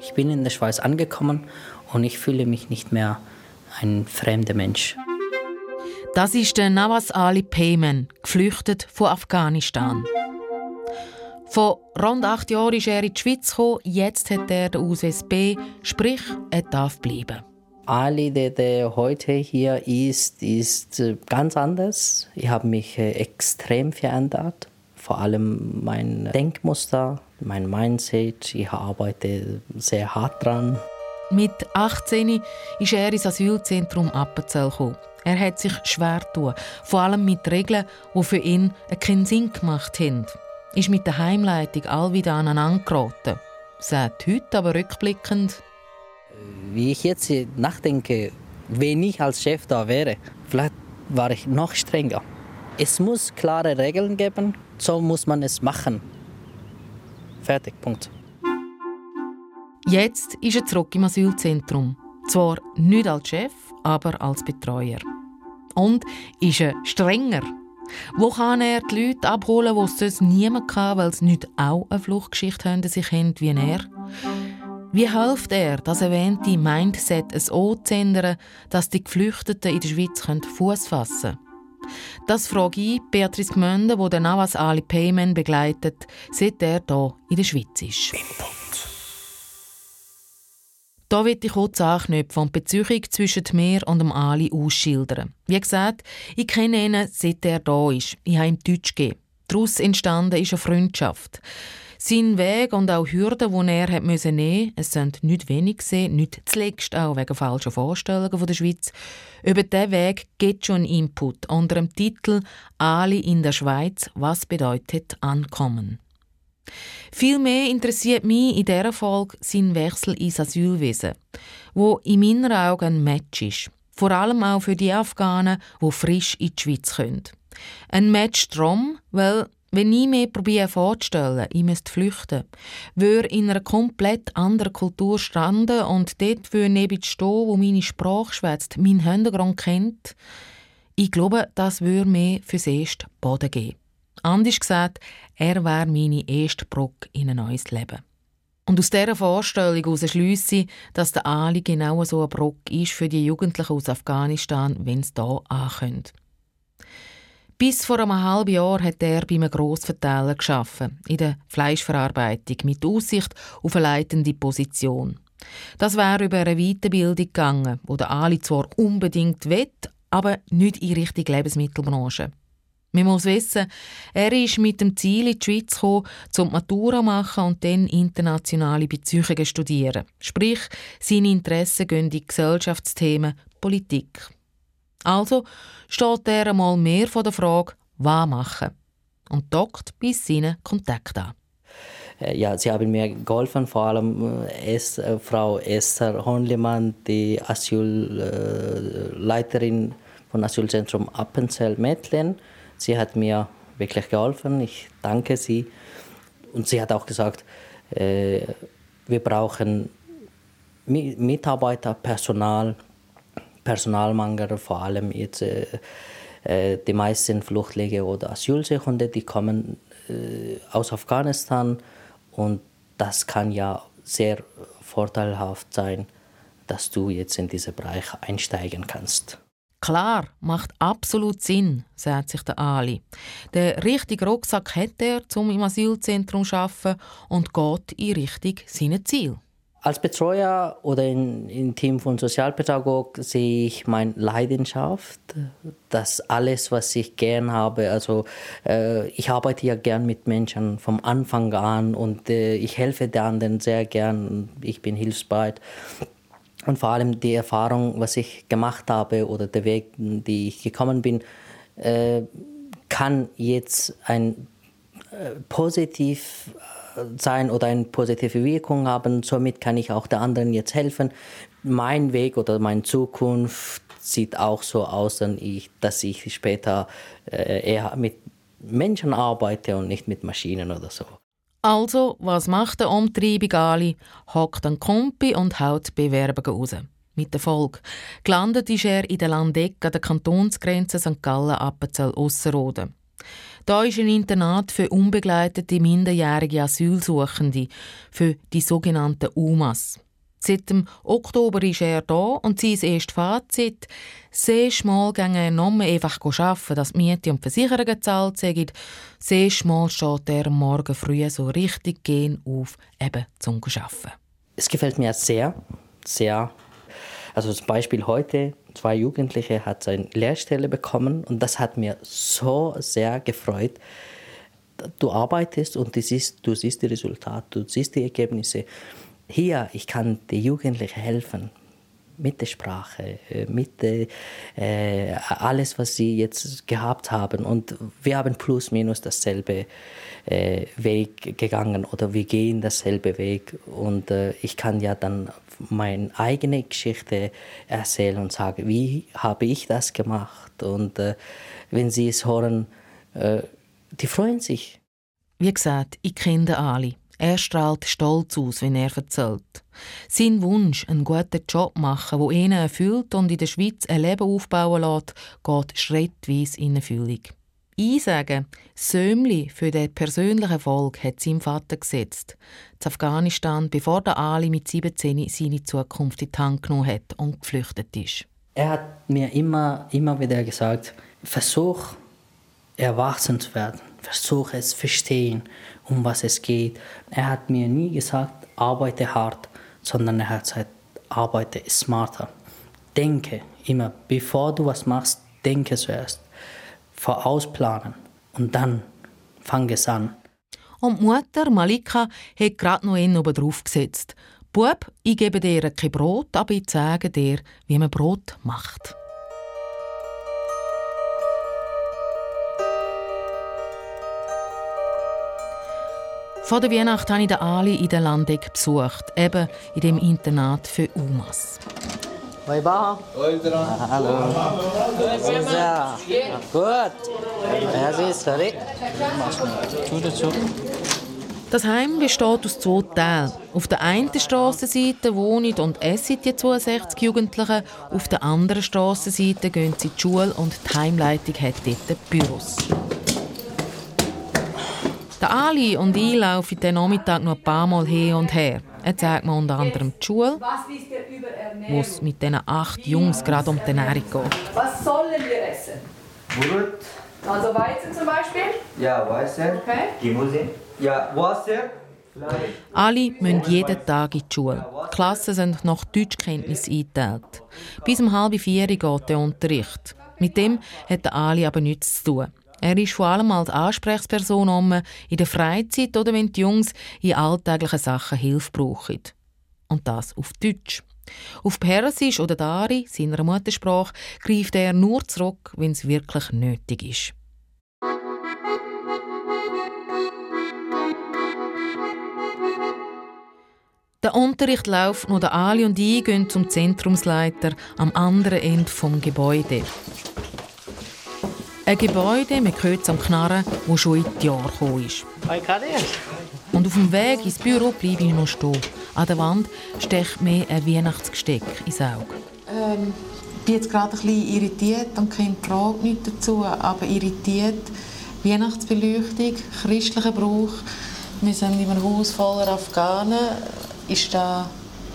Ich bin in der Schweiz angekommen und ich fühle mich nicht mehr ein fremder Mensch. Das ist der Nawaz Ali Peyman, geflüchtet von Afghanistan. Vor rund 8 Jahren ist er in die Schweiz gekommen, jetzt hat er den Ausweis B, sprich, er darf bleiben. Ali, der heute hier ist ganz anders. Ich habe mich extrem verändert. Vor allem mein Denkmuster, mein Mindset. Ich arbeite sehr hart dran. Mit 18 ist er ins Asylzentrum Appenzell gekommen. Er hat sich schwer getan, vor allem mit Regeln, die für ihn keinen Sinn gemacht haben. Ist mit der Heimleitung all wieder aneinander geraten. Sagt heute aber rückblickend: Wie ich jetzt nachdenke, wenn ich als Chef da wäre, vielleicht war ich noch strenger. Es muss klare Regeln geben, so muss man es machen. Fertig, Punkt. Jetzt ist er zurück im Asylzentrum. Zwar nicht als Chef, aber als Betreuer. Und ist er strenger. Wo kann er die Leute abholen, die es sonst niemand kann, weil sie nicht auch eine Fluchtgeschichte hinter sich haben wie er? Wie hilft er, das erwähnte Mindset so zu ändern, dass die Geflüchteten in der Schweiz Fuß fassen können? Das frage ich Beatrice Gmünde, die den Nawaz Ali Peyman begleitet, seit er hier in der Schweiz ist. Da will ich kurz anknüpfen und die Beziehung zwischen mir und dem Ali ausschildern. Wie gesagt, ich kenne ihn, seit er da ist. Ich habe ihm Deutsch gegeben. Daraus entstanden ist eine Freundschaft. Sein Weg und auch Hürden, die er nehmen musste, es sind nicht wenig gewesen, nicht zuletzt auch wegen falscher Vorstellungen von der Schweiz. Über diesen Weg gibt es schon einen Input unter dem Titel «Ali in der Schweiz. Was bedeutet Ankommen?». Vielmehr interessiert mich in dieser Folge sein Wechsel ins Asylwesen, wo in meinen Augen ein Match ist. Vor allem auch für die Afghanen, die frisch in die Schweiz kommen. Ein Match darum, weil, wenn ich mir vorzustellen, ich müsste flüchten, würde in einer komplett anderen Kultur stranden und dort würde neben stehen, wo meine Sprache schwätzt, meinen Hintergrund kennt. Ich glaube, das würde mir fürs erste Boden geben. Anders gesagt, er wäre meine erste Brücke in ein neues Leben. Und aus dieser Vorstellung heraus schliesse ich, dass der Ali genau so eine Brücke ist für die Jugendlichen aus Afghanistan, wenn sie hier ankommen. Bis vor einem halben Jahr hat er bei einem Grossverteiler gearbeitet, in der Fleischverarbeitung, mit Aussicht auf eine leitende Position. Das wäre über eine Weiterbildung gegangen, die der Ali zwar unbedingt will, aber nicht in Richtung Lebensmittelbranche. Man muss wissen, er ist mit dem Ziel in die Schweiz gekommen, um die Matura zu machen und dann internationale Beziehungen zu studieren. Sprich, seine Interessen gehen in die Gesellschaftsthemen Politik. Also steht er einmal mehr vor der Frage, was machen? Und dockt bei seinen Kontakt an. Ja, sie haben mir geholfen, vor allem Frau Esther Honlemann, die Asylleiterin von Asylzentrum Appenzell-Mettlen. Sie hat mir wirklich geholfen, ich danke sie. Und sie hat auch gesagt, wir brauchen Mitarbeiter, Personalmangel, vor allem jetzt die meisten Flüchtlinge oder Asylsuchende, die kommen aus Afghanistan. Und das kann ja sehr vorteilhaft sein, dass du jetzt in diesen Bereich einsteigen kannst. Klar, macht absolut Sinn, sagt sich der Ali. Den richtigen Rucksack hat er, um im Asylzentrum zu arbeiten und geht in Richtung seiner Ziele. Als Betreuer oder im Team von Sozialpädagog sehe ich meine Leidenschaft, das alles, was ich gern habe. Also ich arbeite ja gern mit Menschen vom Anfang an und ich helfe den anderen sehr gern. Ich bin hilfsbereit. Und vor allem die Erfahrung, was ich gemacht habe oder der Weg, den ich gekommen bin, kann jetzt ein positiv sein oder eine positive Wirkung haben. Somit kann ich auch den anderen jetzt helfen. Mein Weg oder meine Zukunft sieht auch so aus, dass ich später eher mit Menschen arbeite und nicht mit Maschinen oder so. Also, was macht der umtriebige Ali? Hockt ein Kompi und haut Bewerbungen raus. Mit Erfolg. Gelandet ist er in der Landeck an der Kantonsgrenze St. Gallen-Appenzell-Ausserrhoden. Da ist ein Internat für unbegleitete minderjährige Asylsuchende, für die sogenannten UMAs. Seit dem Oktober ist er da und sein erstes Fazit: sehr schmal gehen er nur einfach arbeiten, dass die Miete und die Versicherung gezahlt sind. Sehr schmal steht er am Morgen früh so richtig gehen auf, eben zum Arbeiten. Es gefällt mir sehr, sehr. Also zum Beispiel heute, 2 Jugendliche hat eine Lehrstelle bekommen und das hat mir so sehr gefreut. Du arbeitest und du siehst die Resultate, du siehst die Ergebnisse. Hier, ich kann den Jugendlichen helfen, mit der Sprache, mit alles, was sie jetzt gehabt haben. Und wir haben plus minus dasselbe Weg gegangen oder wir gehen dasselbe Weg. Und ich kann ja dann meine eigene Geschichte erzählen und sagen, wie habe ich das gemacht? Und wenn sie es hören, die freuen sich. Wie gesagt, ich kenne den Ali. Er strahlt stolz aus, wenn er erzählt. Sein Wunsch, einen guten Job machen, der ihn erfüllt und in der Schweiz ein Leben aufbauen lässt, geht schrittweise in Erfüllung. Einsagen, Sömli für den persönlichen Erfolg hat sein Vater gesetzt. In Afghanistan, bevor der Ali mit 17 seine Zukunft in die Hand genommen hat und geflüchtet ist. Er hat mir immer wieder gesagt, versuch erwachsen zu werden, versuch es verstehen, um was es geht. Er hat mir nie gesagt, arbeite hart, sondern er hat gesagt, arbeite smarter. Denke immer, bevor du was machst, denke zuerst. Vorausplanen und dann fang es an. Und die Mutter, Malika, hat gerade noch einen oben drauf gesetzt. Bub, ich gebe dir kein Brot, aber ich zeige dir, wie man Brot macht. Vor der Weihnacht habe ich den Ali in der Landeck besucht, eben in dem Internat für UMAs. Hoi Baha. Hoi dran. Hallo. Ja, gut. Ja, siehst du, Das Heim besteht aus 2 Teilen. Auf der einen Strassenseite wohnen und essen die 62 Jugendlichen, auf der anderen Strassenseite gehen sie in die Schule und die Heimleitung hat dort Büros. Der Ali und ich laufen den Nachmittag noch ein paar Mal hin und her. Er zeigt mir unter anderem die Schule, wo es mit diesen 8 Jungs gerade um die Ernährung geht. Was sollen wir essen? Brot. Also Weizen zum Beispiel? Ja, Weizen. Okay. Gemüse. Ja, Wasser. Fleisch. Alle müssen jeden Tag in die Schule. Die Klassen sind nach Deutschkenntnis eingeteilt. Bis um 3:30 geht der Unterricht. Mit dem hat der Ali aber nichts zu tun. Er ist vor allem als Ansprechperson in der Freizeit oder wenn die Jungs in alltäglichen Sachen Hilfe brauchen. Und das auf Deutsch. Auf Persisch oder Dari, seiner Muttersprache, greift er nur zurück, wenn es wirklich nötig ist. Der Unterricht läuft, noch der Ali und ich gehen zum Zentrumsleiter am anderen Ende des Gebäudes. Ein Gebäude mit Kötz am Knarren, das schon in die Jahre gekommen ist. Und auf dem Weg ins Büro bleibe ich noch stehen. An der Wand steckt mir ein Weihnachtsgesteck ins Auge. Ich bin jetzt gerade ein bisschen irritiert und keine Frage nicht dazu, aber irritiert. Weihnachtsbeleuchtung, christlicher Brauch. Wir sind in einem Haus voller Afghanen. Ist da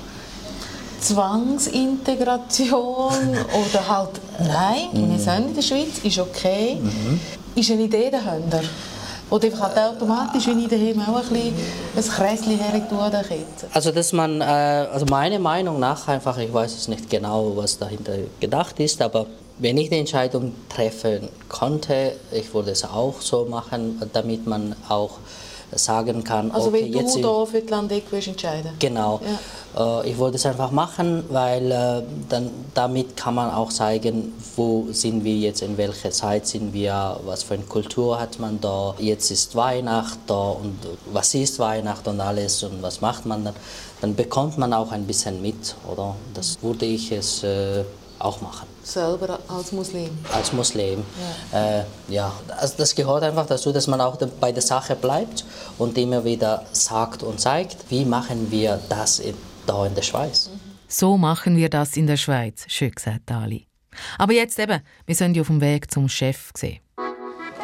Zwangsintegration oder halt nein, wir sind in der Schweiz, ist okay. Ist eine Idee dahinter? Oder einfach automatisch, wenn ich daheim auch ein bisschen ein Kräschen hertue, der Kitze? Also, dass man, also meiner Meinung nach einfach, ich weiß es nicht genau, was dahinter gedacht ist, aber wenn ich die Entscheidung treffen konnte, ich würde es auch so machen, damit man auch sagen kann, also okay, wenn du jetzt hier für die Landeck entscheiden. Genau. Ja. Ich wollte es einfach machen, weil damit kann man auch zeigen, wo sind wir jetzt, in welcher Zeit sind wir, was für eine Kultur hat man da. Jetzt ist Weihnachten da und was ist Weihnachten und alles und was macht man dann. Dann bekommt man auch ein bisschen mit, oder? Das würde ich es auch machen. Selber als Muslim? Als Muslim, ja. Also das gehört einfach dazu, dass man auch bei der Sache bleibt und immer wieder sagt und zeigt, wie machen wir das da in der Schweiz. So machen wir das in der Schweiz, schön gesagt, Ali. Aber jetzt eben, wir sind ja auf dem Weg zum Chef gesehen.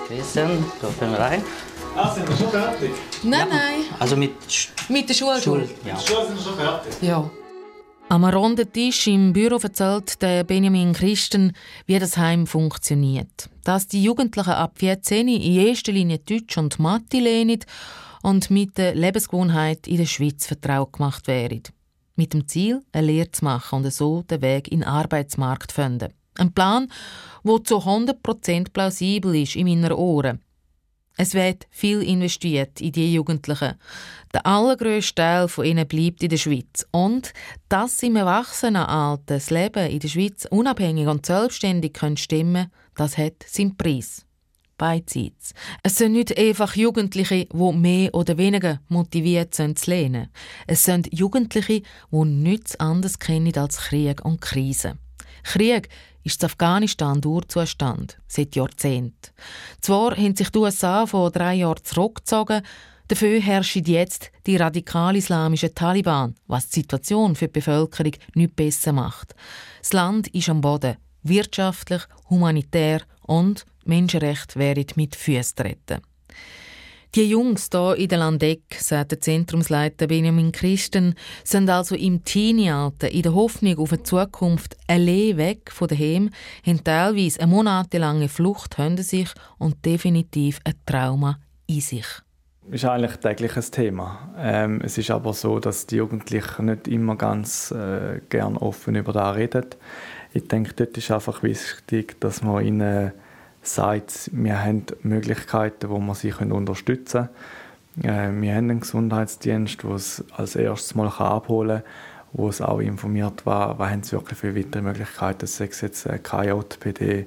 Wissen, dürfen wir rein? Sind wir schon fertig? Nein. Also mit Mit der Schule? ja. Schon sind wir schon fertig? Ja. Am runden Tisch im Büro erzählt der Benjamin Christen, wie das Heim funktioniert. Dass die Jugendlichen ab 14 in erster Linie Deutsch und Mathe lernen und mit der Lebensgewohnheit in der Schweiz vertraut gemacht werden. Mit dem Ziel, eine Lehre zu machen und so den Weg in den Arbeitsmarkt zu finden. Ein Plan, der zu 100% plausibel ist in meinen Ohren. Es wird viel investiert in die Jugendlichen. Der allergrösste Teil von ihnen bleibt in der Schweiz. Und dass sie im Erwachsenenalter das Leben in der Schweiz unabhängig und selbstständig stemmen können, das hat seinen Preis. Beidseits. Es sind nicht einfach Jugendliche, die mehr oder weniger motiviert sind zu lernen. Es sind Jugendliche, die nichts anderes kennen als Krieg und Krise. Krieg ist in Afghanistan Dauerzustand, seit Jahrzehnten. Zwar haben sich die USA vor 3 Jahren zurückgezogen, dafür herrschen jetzt die radikal-islamischen Taliban, was die Situation für die Bevölkerung nicht besser macht. Das Land ist am Boden, wirtschaftlich, humanitär und Menschenrechte werden mit Füßen treten. Die Jungs hier in der Landeck, sagt der Zentrumsleiter Benjamin Christen, sind also im Teenie-Alter in der Hoffnung auf eine Zukunft allein weg von daheim, haben teilweise eine monatelange Flucht hinter sich und definitiv ein Trauma in sich. Das ist eigentlich täglich ein Thema. Es ist aber so, dass die Jugendlichen nicht immer ganz gern offen über das reden. Ich denke, dort ist einfach wichtig, dass man ihnen sagt, wir haben Möglichkeiten, wo wir sie unterstützen können. Wir haben einen Gesundheitsdienst, der es als erstes mal abholen kann, wo es auch informiert war, was haben sie wirklich für weitere Möglichkeiten, sei es jetzt KJPD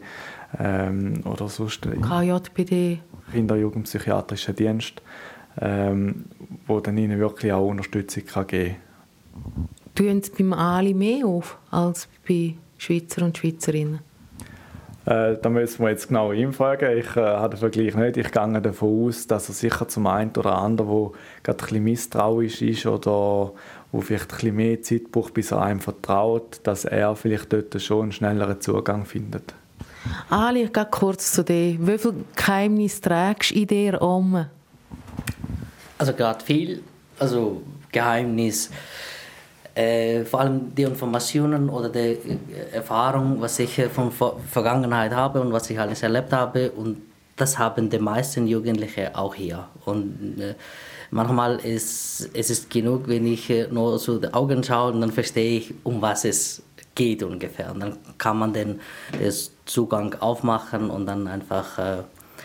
oder sonst KJPD? Kinder-Jugendpsychiatrischer Dienst, wo dann ihnen wirklich auch Unterstützung geben kann. Tun Sie beim Ali mehr auf als bei Schweizer und Schweizerinnen? Da müssen wir jetzt genau ihn fragen. Ich habe den Vergleich nicht. Ich gehe davon aus, dass er sicher zum einen oder anderen, der gerade ein bisschen misstrauisch ist oder wo vielleicht ein bisschen mehr Zeit braucht, bis er einem vertraut, dass er vielleicht dort schon einen schnelleren Zugang findet. Ali, ganz kurz zu dir. Wie viel Geheimnis trägst du in dir um? Also gerade viel, also Geheimnis. Vor allem die Informationen oder die Erfahrung, was ich von Vergangenheit habe und was ich alles erlebt habe. Und das haben die meisten Jugendlichen auch hier. Und manchmal ist es genug, wenn ich nur so die Augen schaue und dann verstehe ich, um was es geht ungefähr. Und dann kann man den Zugang aufmachen und dann einfach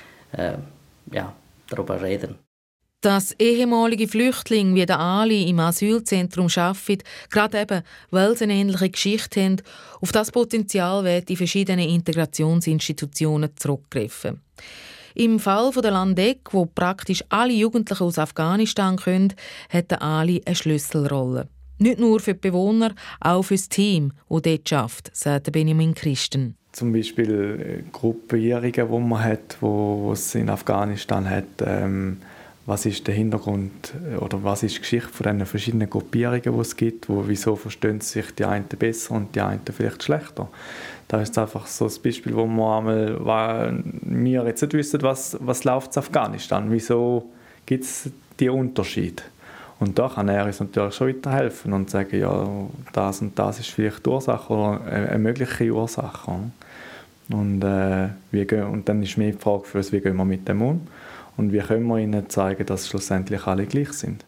darüber reden. Dass ehemalige Flüchtlinge wie der Ali im Asylzentrum arbeiten, gerade eben, weil sie eine ähnliche Geschichte haben, auf das Potenzial wird in verschiedenen Integrationsinstitutionen zurückgegriffen. Im Fall der Landeck, wo praktisch alle Jugendlichen aus Afghanistan können, hat der Ali eine Schlüsselrolle. Nicht nur für die Bewohner, auch für das Team, das dort arbeitet, sagt Benjamin Christen. Zum Beispiel Gruppierungen, die man hat, die es in Afghanistan hat. Was ist der Hintergrund oder was ist die Geschichte von den verschiedenen Gruppierungen, die es gibt? Wieso verstehen sich die einen besser und die einen vielleicht schlechter? Da ist einfach so ein Beispiel, wo wir jetzt nicht wissen, was läuft in Afghanistan. Wieso gibt es die Unterschiede? Und da kann er uns natürlich schon weiterhelfen und sagen, ja, das und das ist vielleicht die Ursache oder eine mögliche Ursache. Und dann ist mehr die Frage für uns, wie gehen wir mit dem um? Und wie können wir ihnen zeigen, dass schlussendlich alle gleich sind?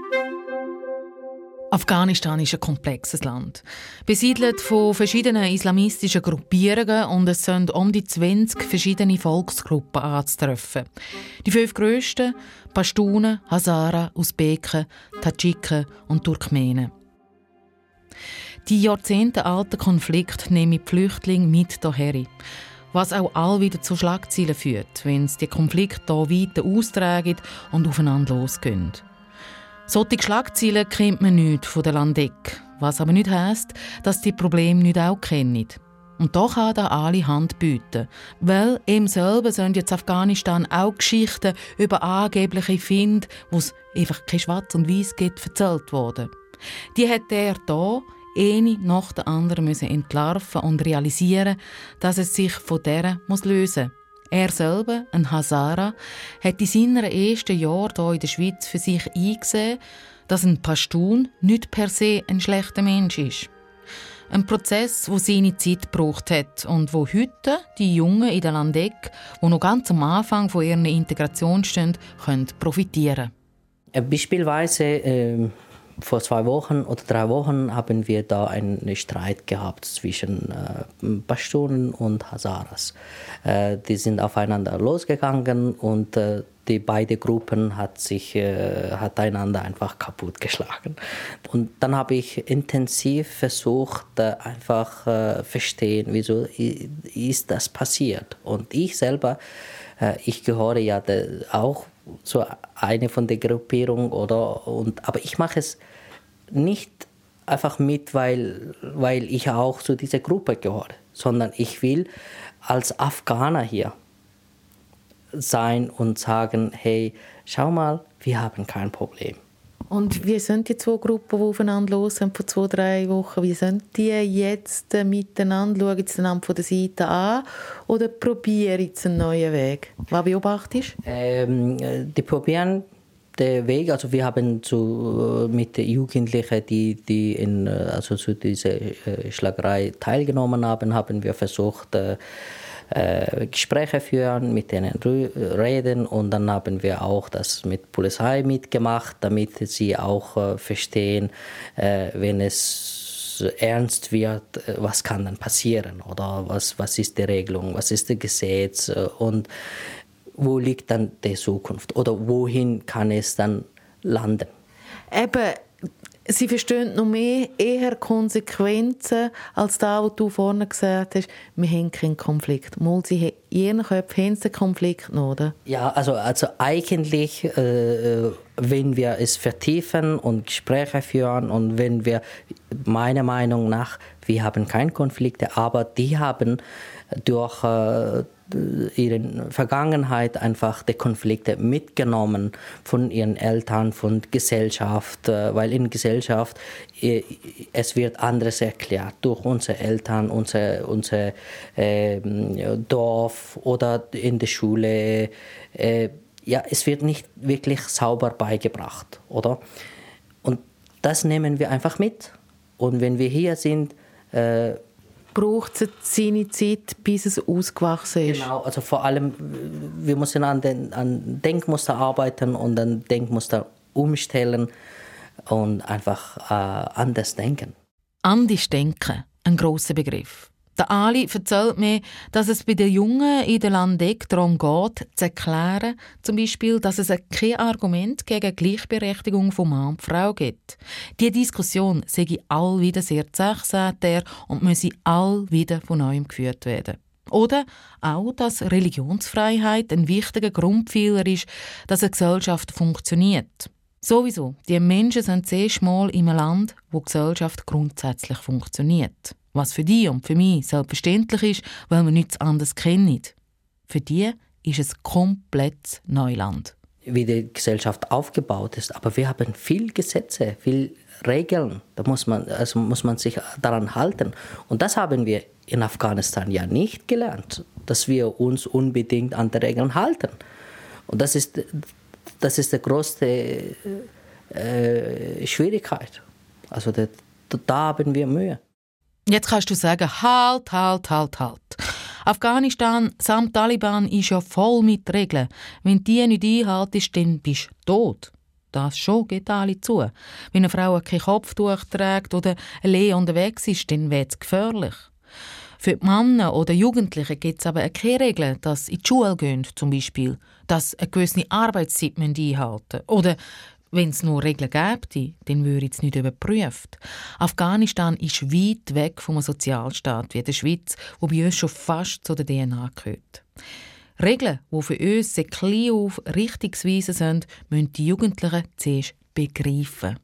Afghanistan ist ein komplexes Land. Besiedelt von verschiedenen islamistischen Gruppierungen und es sind um die 20 verschiedene Volksgruppen anzutreffen. Die 5 grössten: Pashtunen, Hazara, Usbeken, Tadschiken und Turkmenen. Die jahrzehntealten Konflikte nehmen die Flüchtlinge mit hierher. Was auch all wieder zu Schlagzeilen führt, wenn sie die Konflikte hier weiter austragen und aufeinander losgehen. Solche Schlagzeilen kennt man nicht von der Landeck, was aber nicht heisst, dass die Probleme nicht auch kennen. Und da kann da alle Hand bieten, weil ihm selber sind jetzt in Afghanistan auch Geschichten über angebliche Finde, wo es einfach kein Schwarz und Weiß gibt, erzählt worden. Die hat er hier eine nach der anderen entlarven und realisieren, dass es sich von dieser lösen muss. Er selber, ein Hazara, hat in seinen ersten Jahren hier in der Schweiz für sich eingesehen, dass ein Pashtun nicht per se ein schlechter Mensch ist. Ein Prozess, der seine Zeit gebraucht hat und wo heute die Jungen in der Landeck, die noch ganz am Anfang von ihrer Integration stehen, können profitieren. Beispielsweise vor 2 Wochen oder 3 Wochen haben wir da einen Streit gehabt zwischen Pashtunen und Hazaras. Die sind aufeinander losgegangen und die beiden Gruppen hat einander einfach kaputtgeschlagen. Und dann habe ich intensiv versucht, einfach verstehen, wieso ist das passiert. Und ich selber, ich gehöre ja auch zu einer von der Gruppierungen, aber ich mache es nicht einfach mit, weil ich auch zu dieser Gruppe gehöre, sondern ich will als Afghaner hier sein und sagen, hey, schau mal, wir haben kein Problem. Und wie sind die 2 Gruppen, die aufeinander los sind vor 2-3 Wochen, wie sind die jetzt miteinander? Schauen sie einander von der Seite an oder probieren sie einen neuen Weg? Was beobachtest du? Die probieren den Weg, also wir haben mit den Jugendlichen, die zu dieser Schlagerei teilgenommen haben, haben wir versucht, Gespräche führen, mit denen reden und dann haben wir auch das mit Polizei mitgemacht, damit sie auch verstehen, wenn es ernst wird, was kann dann passieren oder was ist die Regelung, was ist das Gesetz und wo liegt dann die Zukunft oder wohin kann es dann landen. Eben, sie verstehen noch mehr eher Konsequenzen als das, was du vorhin gesagt hast. Wir haben keinen Konflikt. Mal sie in ihren Köpfen haben sie einen Konflikt noch, oder? Ja, also eigentlich, wenn wir es vertiefen und Gespräche führen und wenn wir, meiner Meinung nach, wir haben keine Konflikte, aber die haben durch ihre Vergangenheit einfach die Konflikte mitgenommen von ihren Eltern, von Gesellschaft, weil in Gesellschaft es wird anderes erklärt durch unsere Eltern, unser Dorf oder in der Schule. Ja, es wird nicht wirklich sauber beigebracht, oder? Und das nehmen wir einfach mit. Und wenn wir hier sind, braucht es seine Zeit, bis es ausgewachsen ist. Genau, also vor allem, wir müssen an Denkmuster arbeiten und an Denkmuster umstellen und einfach anders denken. Anders denken, ein grosser Begriff. Der Ali erzählt mir, dass es bei den Jungen in der Landeck darum geht, zu erklären, zum Beispiel, dass es kein Argument gegen Gleichberechtigung von Mann und Frau gibt. Diese Diskussion sei all wieder sehr zäh, sagt er, und müsse all wieder von neuem geführt werden. Oder auch, dass Religionsfreiheit ein wichtiger Grundpfeiler ist, dass eine Gesellschaft funktioniert. Sowieso, die Menschen sind zuerst mal in einem Land, wo die Gesellschaft grundsätzlich funktioniert. Was für die und für mich selbstverständlich ist, weil wir nichts anderes kennen. Für die ist es komplett Neuland. Wie die Gesellschaft aufgebaut ist. Aber wir haben viele Gesetze, viele Regeln. Da muss man sich daran halten. Und das haben wir in Afghanistan ja nicht gelernt, dass wir uns unbedingt an die Regeln halten. Und das ist die größte Schwierigkeit. Also da haben wir Mühe. Jetzt kannst du sagen, halt. Afghanistan samt Taliban ist ja voll mit Regeln. Wenn du die nicht einhaltest, dann bist du tot. Das schon geht alle zu. Wenn eine Frau kein Kopftuch trägt oder allein unterwegs ist, dann wird es gefährlich. Für die Männer oder Jugendliche gibt es aber keine Regeln, dass sie in die Schule gehen, zum Beispiel, dass eine gewisse Arbeitszeit einhalten müssen. Oder wenn es nur Regeln gäbe, dann würde es nicht überprüft. Afghanistan ist weit weg vom Sozialstaat wie der Schweiz, wo bei uns schon fast zu der DNA gehört. Regeln, die für uns sehr klein auf richtungsweisend sind, müssen die Jugendlichen zuerst begreifen.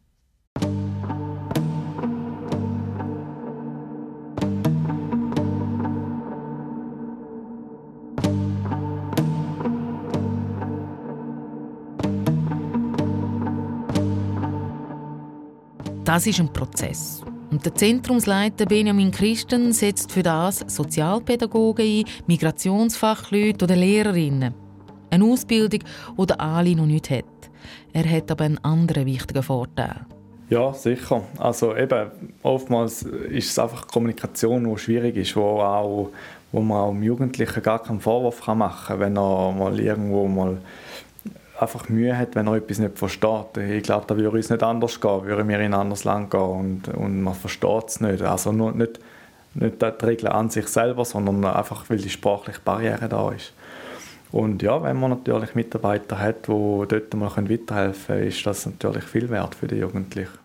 Das ist ein Prozess. Und der Zentrumsleiter Benjamin Christen setzt für das Sozialpädagogen ein, Migrationsfachleute oder Lehrerinnen. Eine Ausbildung, die der Ali noch nicht hat. Er hat aber einen anderen wichtigen Vorteil. Ja, sicher. Also eben, oftmals ist es einfach Kommunikation, die schwierig ist, wo man auch dem Jugendlichen gar keinen Vorwurf machen kann, wenn er mal irgendwo mal einfach Mühe hat, wenn er etwas nicht versteht. Ich glaube, da würde uns nicht anders gehen, würden wir in ein anderes Land gehen und man versteht es nicht. Also nicht die Regeln an sich selber, sondern einfach, weil die sprachliche Barriere da ist. Und ja, wenn man natürlich Mitarbeiter hat, die dort mal weiterhelfen können, ist das natürlich viel wert für die Jugendlichen.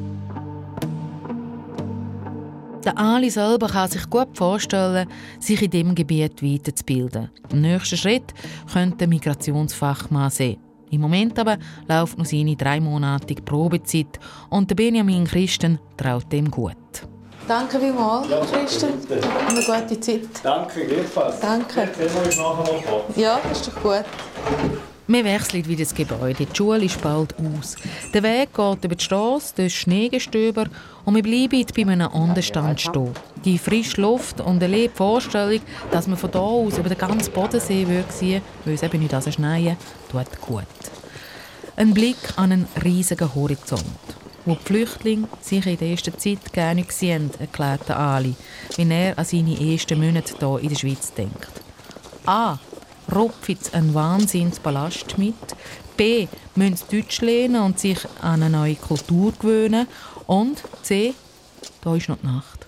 Der Ali selber kann sich gut vorstellen, sich in diesem Gebiet weiterzubilden. Im nächsten Schritt könnte der Migrationsfachmann sein. Im Moment aber läuft noch seine 3-monatige Probezeit und der Benjamin Christen traut dem gut. Danke vielmals, Christen. Eine gute Zeit. Danke, gleichfalls. Danke. Sehen wir uns nachher noch vor. Ja, das ist doch gut. Wir wechseln wieder das Gebäude. Die Schule ist bald aus. Der Weg geht über die Strasse, durch Schneegestöber und wir bleiben bei einem Onderstand stehen. Die frische Luft und eine leere Vorstellung, dass man von hier aus über den ganzen Bodensee sehen würde, weil es eben nicht schneien, tut gut. Ein Blick an einen riesigen Horizont, wo die Flüchtlinge sich in der ersten Zeit gerne nicht sehen, erklärt Ali, wenn er an seine ersten Monate hier in der Schweiz denkt. A. Rupft jetzt einen Wahnsinnsballast mit. B. Müssen sie Deutsch lernen und sich an eine neue Kultur gewöhnen. Und C. Da ist noch die Nacht.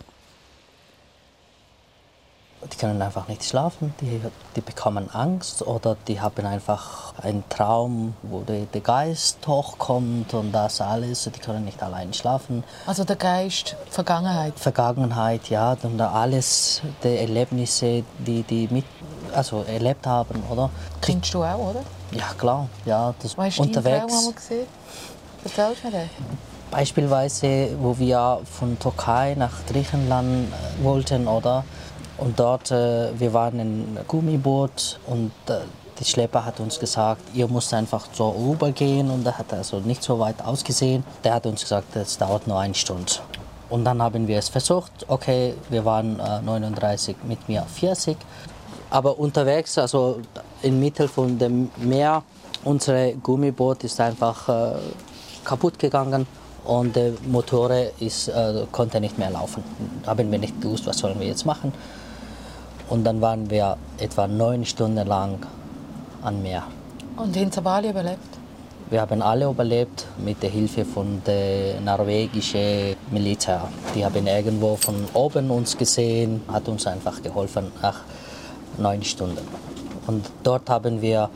Die können einfach nicht schlafen, die bekommen Angst oder die haben einfach einen Traum, wo der Geist hochkommt und das alles. Die können nicht allein schlafen. Also der Geist, Vergangenheit. Vergangenheit, ja, und alles, die Erlebnisse, die erlebt haben, oder? Kennst du auch, oder? Ja, klar. Ja, das Weißt du, unterwegs. Traum haben wir gesehen? Erzählst du mir den? Beispielsweise, wo wir von Türkei nach Griechenland wollten, oder? Und dort, wir waren in einem Gummiboot und der Schlepper hat uns gesagt, ihr müsst einfach so rübergehen und er hat also nicht so weit ausgesehen. Der hat uns gesagt, es dauert nur 1 Stunde. Und dann haben wir es versucht. Okay, wir waren 39, mit mir 40. Aber unterwegs, also inmitten von dem Meer, unser Gummiboot ist einfach kaputt gegangen. Und der Motor konnte nicht mehr laufen. Da haben wir nicht gewusst, was sollen wir jetzt machen. Und dann waren wir etwa 9 Stunden lang am Meer. Und haben Sie alle überlebt? Wir haben alle überlebt mit der Hilfe von der norwegischen Militär. Die haben irgendwo von oben uns gesehen, hat uns einfach geholfen nach 9 Stunden. Und dort haben wir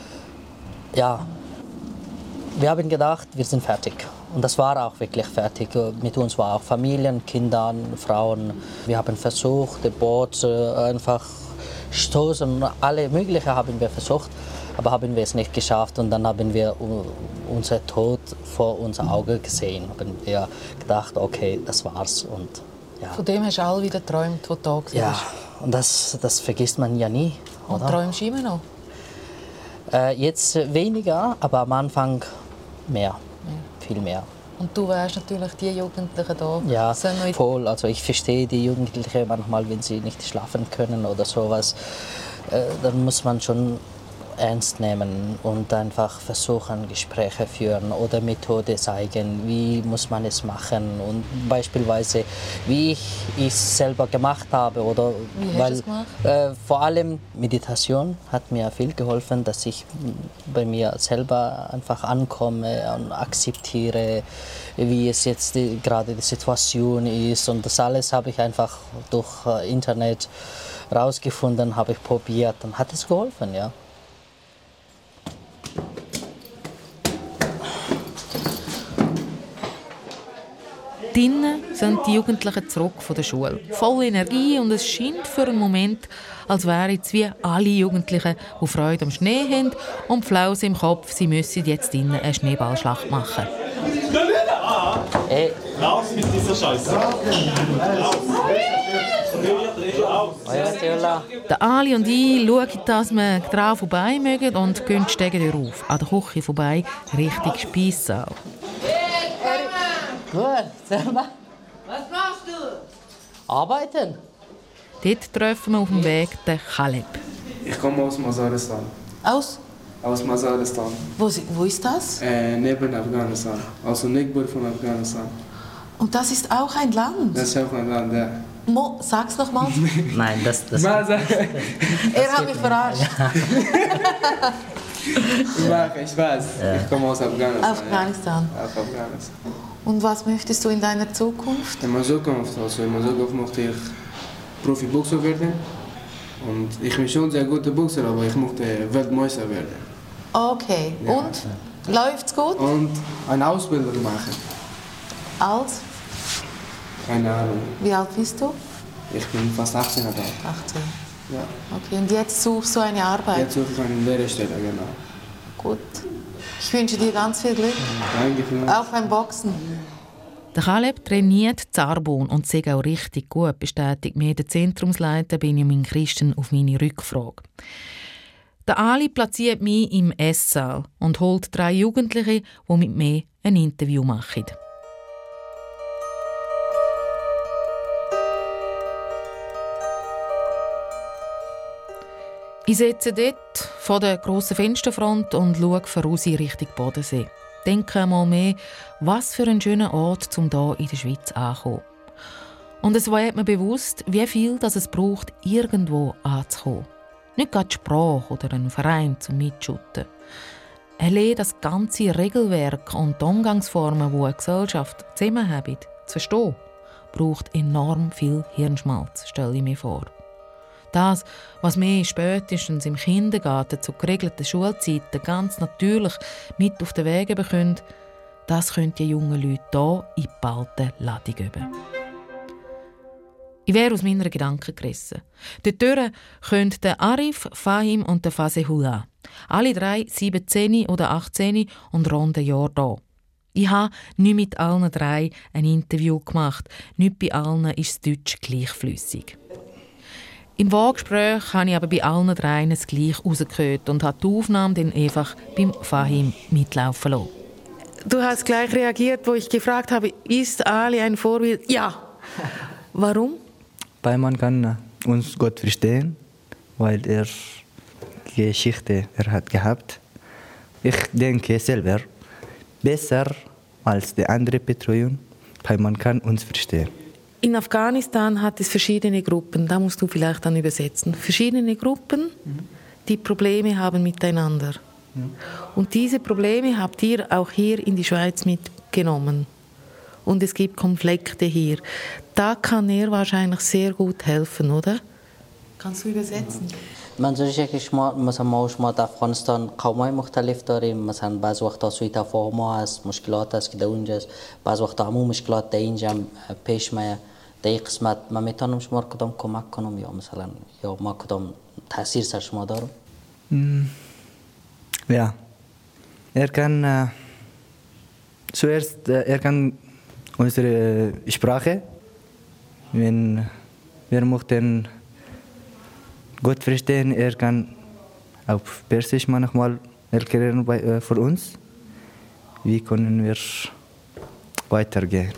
haben gedacht, wir sind fertig. Und das war auch wirklich fertig. Mit uns waren auch Familien, Kinder, Frauen. Wir haben versucht, das Boot einfach stoßen. Alle möglichen haben wir versucht, aber haben wir es nicht geschafft. Und dann haben wir unser Tod vor unser Auge gesehen. Haben wir gedacht, okay, das war's. Und, ja. Von dem hast du alle wieder geträumt, wo du da warst. Ja, und das vergisst man ja nie. Oder? Und träumst du immer noch? Jetzt weniger, aber am Anfang mehr. Viel mehr. Und du wärst natürlich die Jugendlichen da. Ja, voll. Also ich verstehe die Jugendlichen manchmal, wenn sie nicht schlafen können oder sowas. Dann muss man schon ernst nehmen und einfach versuchen, Gespräche führen oder Methode zeigen, wie muss man es machen und beispielsweise, wie ich es selber gemacht habe. Oder, wie hast du es gemacht? Vor allem Meditation hat mir viel geholfen, dass ich bei mir selber einfach ankomme und akzeptiere, wie es jetzt gerade die Situation ist. Und das alles habe ich einfach durch Internet rausgefunden, habe ich probiert und hat es geholfen, ja. Drinnen sind die Jugendlichen zurück von der Schule. Voll Energie und es scheint für einen Moment, als wären jetzt wie alle Jugendlichen, die Freude am Schnee haben und Flause im Kopf, sie müssen jetzt drinnen eine Schneeballschlacht machen. Hey. Raus mit dieser Scheiße. Der Ali und ich schauen, dass wir daran vorbei mögen und gehen die Stege auf. An der Küche vorbei, Richtung Speissaal. Gut, sag mal. Was machst Arbeiten. Dort treffen wir auf dem Weg den Kaleb. Ich komme aus Masaristan. Aus? Aus Masaristan. Wo ist das? Neben Afghanistan. Also Nickburg von Afghanistan. Und das ist auch ein Land? Das ist auch ein Land, ja. Mo, sag's nochmal. Nein, das Er hat mich verarscht. Ich weiß. Ja. Ich komme aus Afghanistan. Afghanistan. Ja. Aus Afghanistan. Und was möchtest du in deiner Zukunft? In meiner Zukunft möchte ich Profiboxer werden. Und ich bin schon ein sehr guter Boxer, aber ich möchte Weltmeister werden. Okay. Ja. Und? Läuft's gut? Und eine Ausbildung machen. Als? Keine Ahnung. Wie alt bist du? Ich bin fast 18 Jahre alt. 18. Ja. Okay, und jetzt suchst du eine Arbeit? Jetzt suche ich eine Lehrstelle, genau. Gut. Ich wünsche dir ganz viel Glück. Danke vielmals. Auch beim Boxen. Der Kaleb trainiert Zarbon und sei auch richtig gut, bestätigt mir der Zentrumsleiter Benjamin Christen auf meine Rückfrage. Der Ali platziert mich im Esssaal und holt 3 Jugendliche, die mit mir ein Interview machen. Ich sitze dort vor der grossen Fensterfront und schaue voraus in Richtung Bodensee. Denke einmal mehr, was für ein schöner Ort, um hier in der Schweiz anzukommen. Und es wird mir bewusst, wie viel das es braucht, irgendwo anzukommen. Nicht gerade die Sprache oder einen Verein zum Mitschutten. Allein das ganze Regelwerk und die Umgangsformen, die eine Gesellschaft zusammenhält, zu verstehen, braucht enorm viel Hirnschmalz, stelle ich mir vor. Das, was wir spätestens im Kindergarten zu geregelten Schulzeiten ganz natürlich mit auf den Weg bekommen, das können die jungen Leute hier in die balte Ladung üben. Ich wäre aus meinen Gedanken gerissen. Dort können der Arif, Fahim und der Fasehullah. Alle 3 17 oder 18 und rund ein Jahr hier. Ich habe nicht mit allen 3 ein Interview gemacht. Nicht bei allen ist das Deutsch gleichflüssig. Im Vorgespräch habe ich aber bei allen 3 das Gleiche rausgehört und habe die Aufnahme dann einfach beim Fahim mitlaufen lassen. Du hast gleich reagiert, wo ich gefragt habe, ist Ali ein Vorbild? Ja. Warum? Weil man kann uns gut verstehen, weil er die Geschichte hat gehabt. Ich denke selber besser als die andere Betreuung, weil man kann uns verstehen. In Afghanistan hat es verschiedene Gruppen, da musst du vielleicht dann übersetzen. Verschiedene Gruppen, die Probleme haben miteinander. Und diese Probleme habt ihr auch hier in die Schweiz mitgenommen. Und es gibt Konflikte hier. Da kann er wahrscheinlich sehr gut helfen, oder? Kannst du übersetzen? منظورش که شما مثلا ما و شما در افغانستان قومای مختلف داریم، مثلا بعض وقتا سوء تفاهم هست، مشکلات هست که در اونجاست، بعض وقتا همون مشکلات در اینجا پیش میاد. در این قسمت من میتونم شما رو کدام کمک کنم یا مثلا یا ما کدام تاثیر سر شما دارم؟ Ja, kann zuerst kann unsere Sprache, wenn wir möchten gut verstehen, kann auf Persisch manchmal erklären für uns, wie können wir weitergehen.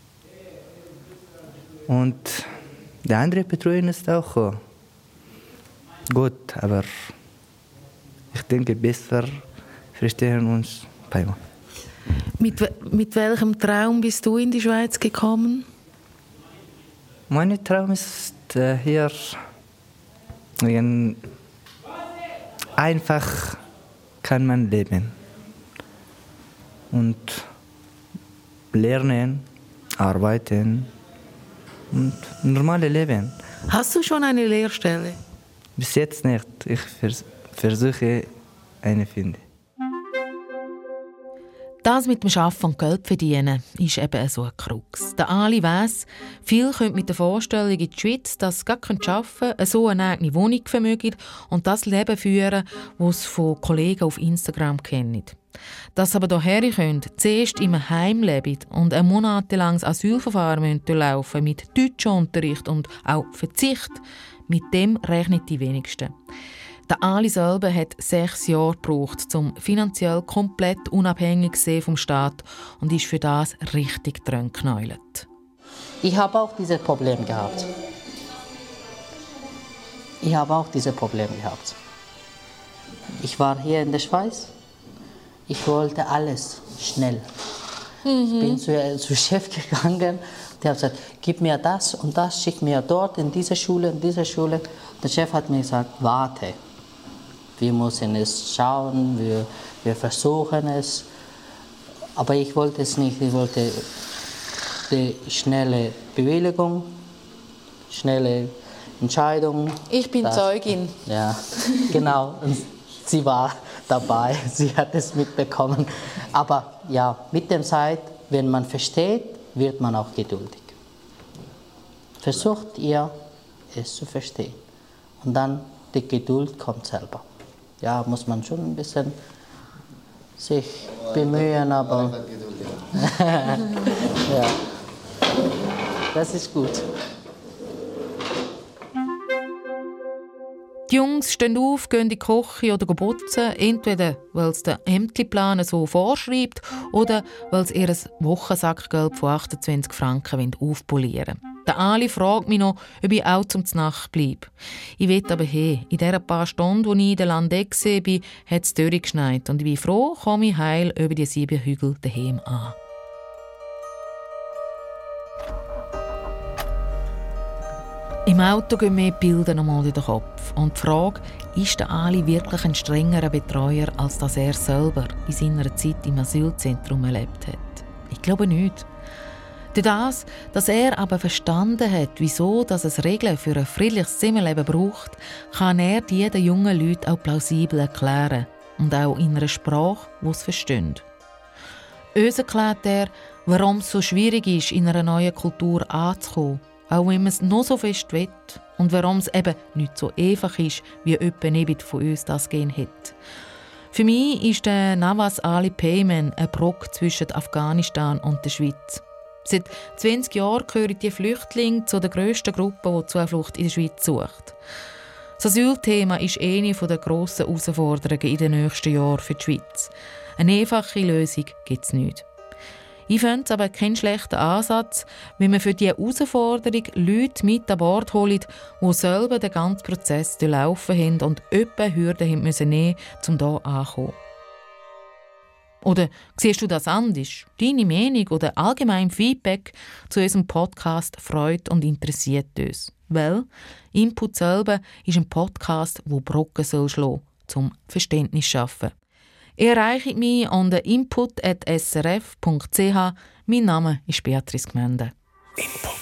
Und die andere Betreuung ist auch gut, aber ich denke, besser verstehen uns bei uns. Mit welchem Traum bist du in die Schweiz gekommen? Mein Traum ist hier einfach kann man leben und lernen, arbeiten und normales Leben. Hast du schon eine Lehrstelle? Bis jetzt nicht. Ich versuche eine zu finden. Das mit dem Arbeiten und Geld verdienen ist eben so ein Krux. Der Ali weiss, viele können mit der Vorstellung in die Schweiz, dass sie gar arbeiten können, so eine eigene Wohnung vermögen und das Leben führen, das sie von Kollegen auf Instagram kennen. Dass sie aber hierher können, zuerst im Heim leben und ein monatelanges Asylverfahren durchlaufen mit Deutschunterricht und auch Verzicht, mit dem rechnen die wenigsten. Der Ali selber hat 6 Jahre gebraucht, um finanziell komplett unabhängig zu sein vom Staat und ist für das richtig dran geknäult. Ich habe auch dieses Problem gehabt. Ich war hier in der Schweiz. Ich wollte alles schnell. Ich bin zu Chef gegangen. Der hat gesagt, gib mir das und das, schick mir dort in diese Schule, in diese Schule. Der Chef hat mir gesagt, warte. Wir müssen es schauen, wir versuchen es. Aber ich wollte es nicht. Ich wollte die schnelle Bewilligung, schnelle Entscheidung. Ich bin Zeugin. Ja, genau. Und sie war dabei, sie hat es mitbekommen. Aber ja, mit der Zeit, wenn man versteht, wird man auch geduldig. Versucht ihr, es zu verstehen. Und dann die Geduld kommt selber. Ja, muss man schon ein bisschen sich bemühen, aber ja, das ist gut. Die Jungs stehen auf, gehen in die Küche oder putzen, entweder weil es der Ämterplan so vorschreibt oder weil sie ihr Wochensackgeld von 28 Franken aufpolieren wollen. Der Ali fragt mich noch, ob ich auch zum Nacht bleibe. Ich will aber in diesen paar Stunden, wo ich in der Landeck war, hat es durchgeschneit und ich bin froh, komme ich heil über die 7 Hügel daheim an. Im Auto gehen mir die Bilder nochmal in den Kopf. Und die Frage, ist der Ali wirklich ein strengerer Betreuer, als das er selber in seiner Zeit im Asylzentrum erlebt hat? Ich glaube nicht. Durch das, dass er aber verstanden hat, wieso dass es Regeln für ein friedliches Zusammenleben braucht, kann er die den jungen Leuten auch plausibel erklären. Und auch in einer Sprache, die sie verstehen. Uns erklärt er, warum es so schwierig ist, in einer neuen Kultur anzukommen. Auch wenn man es noch so fest will und warum es eben nicht so einfach ist, wie jemand von uns das gehen hat. Für mich ist der Nawaz Ali Peyman ein Brock zwischen Afghanistan und der Schweiz. Seit 20 Jahren gehören die Flüchtlinge zu der grössten Gruppe, die Zuflucht in der Schweiz sucht. Das Asylthema ist eine der grossen Herausforderungen in den nächsten Jahren für die Schweiz. Eine einfache Lösung gibt es nicht. Ich finde es aber keinen schlechten Ansatz, wenn man für diese Herausforderung Leute mit an Bord holt, die selber den ganzen Prozess durchlaufen haben und öppe Hürden nehmen müssen, um hier anzukommen. Oder siehst du das anders? Deine Meinung oder allgemein Feedback zu unserem Podcast freut und interessiert uns. Weil Input selber ist ein Podcast, der Brocken schlagen soll, zum Verständnis zu schaffen. Ihr erreicht mich unter input@srf.ch. Mein Name ist Beatrice Gmende. Input.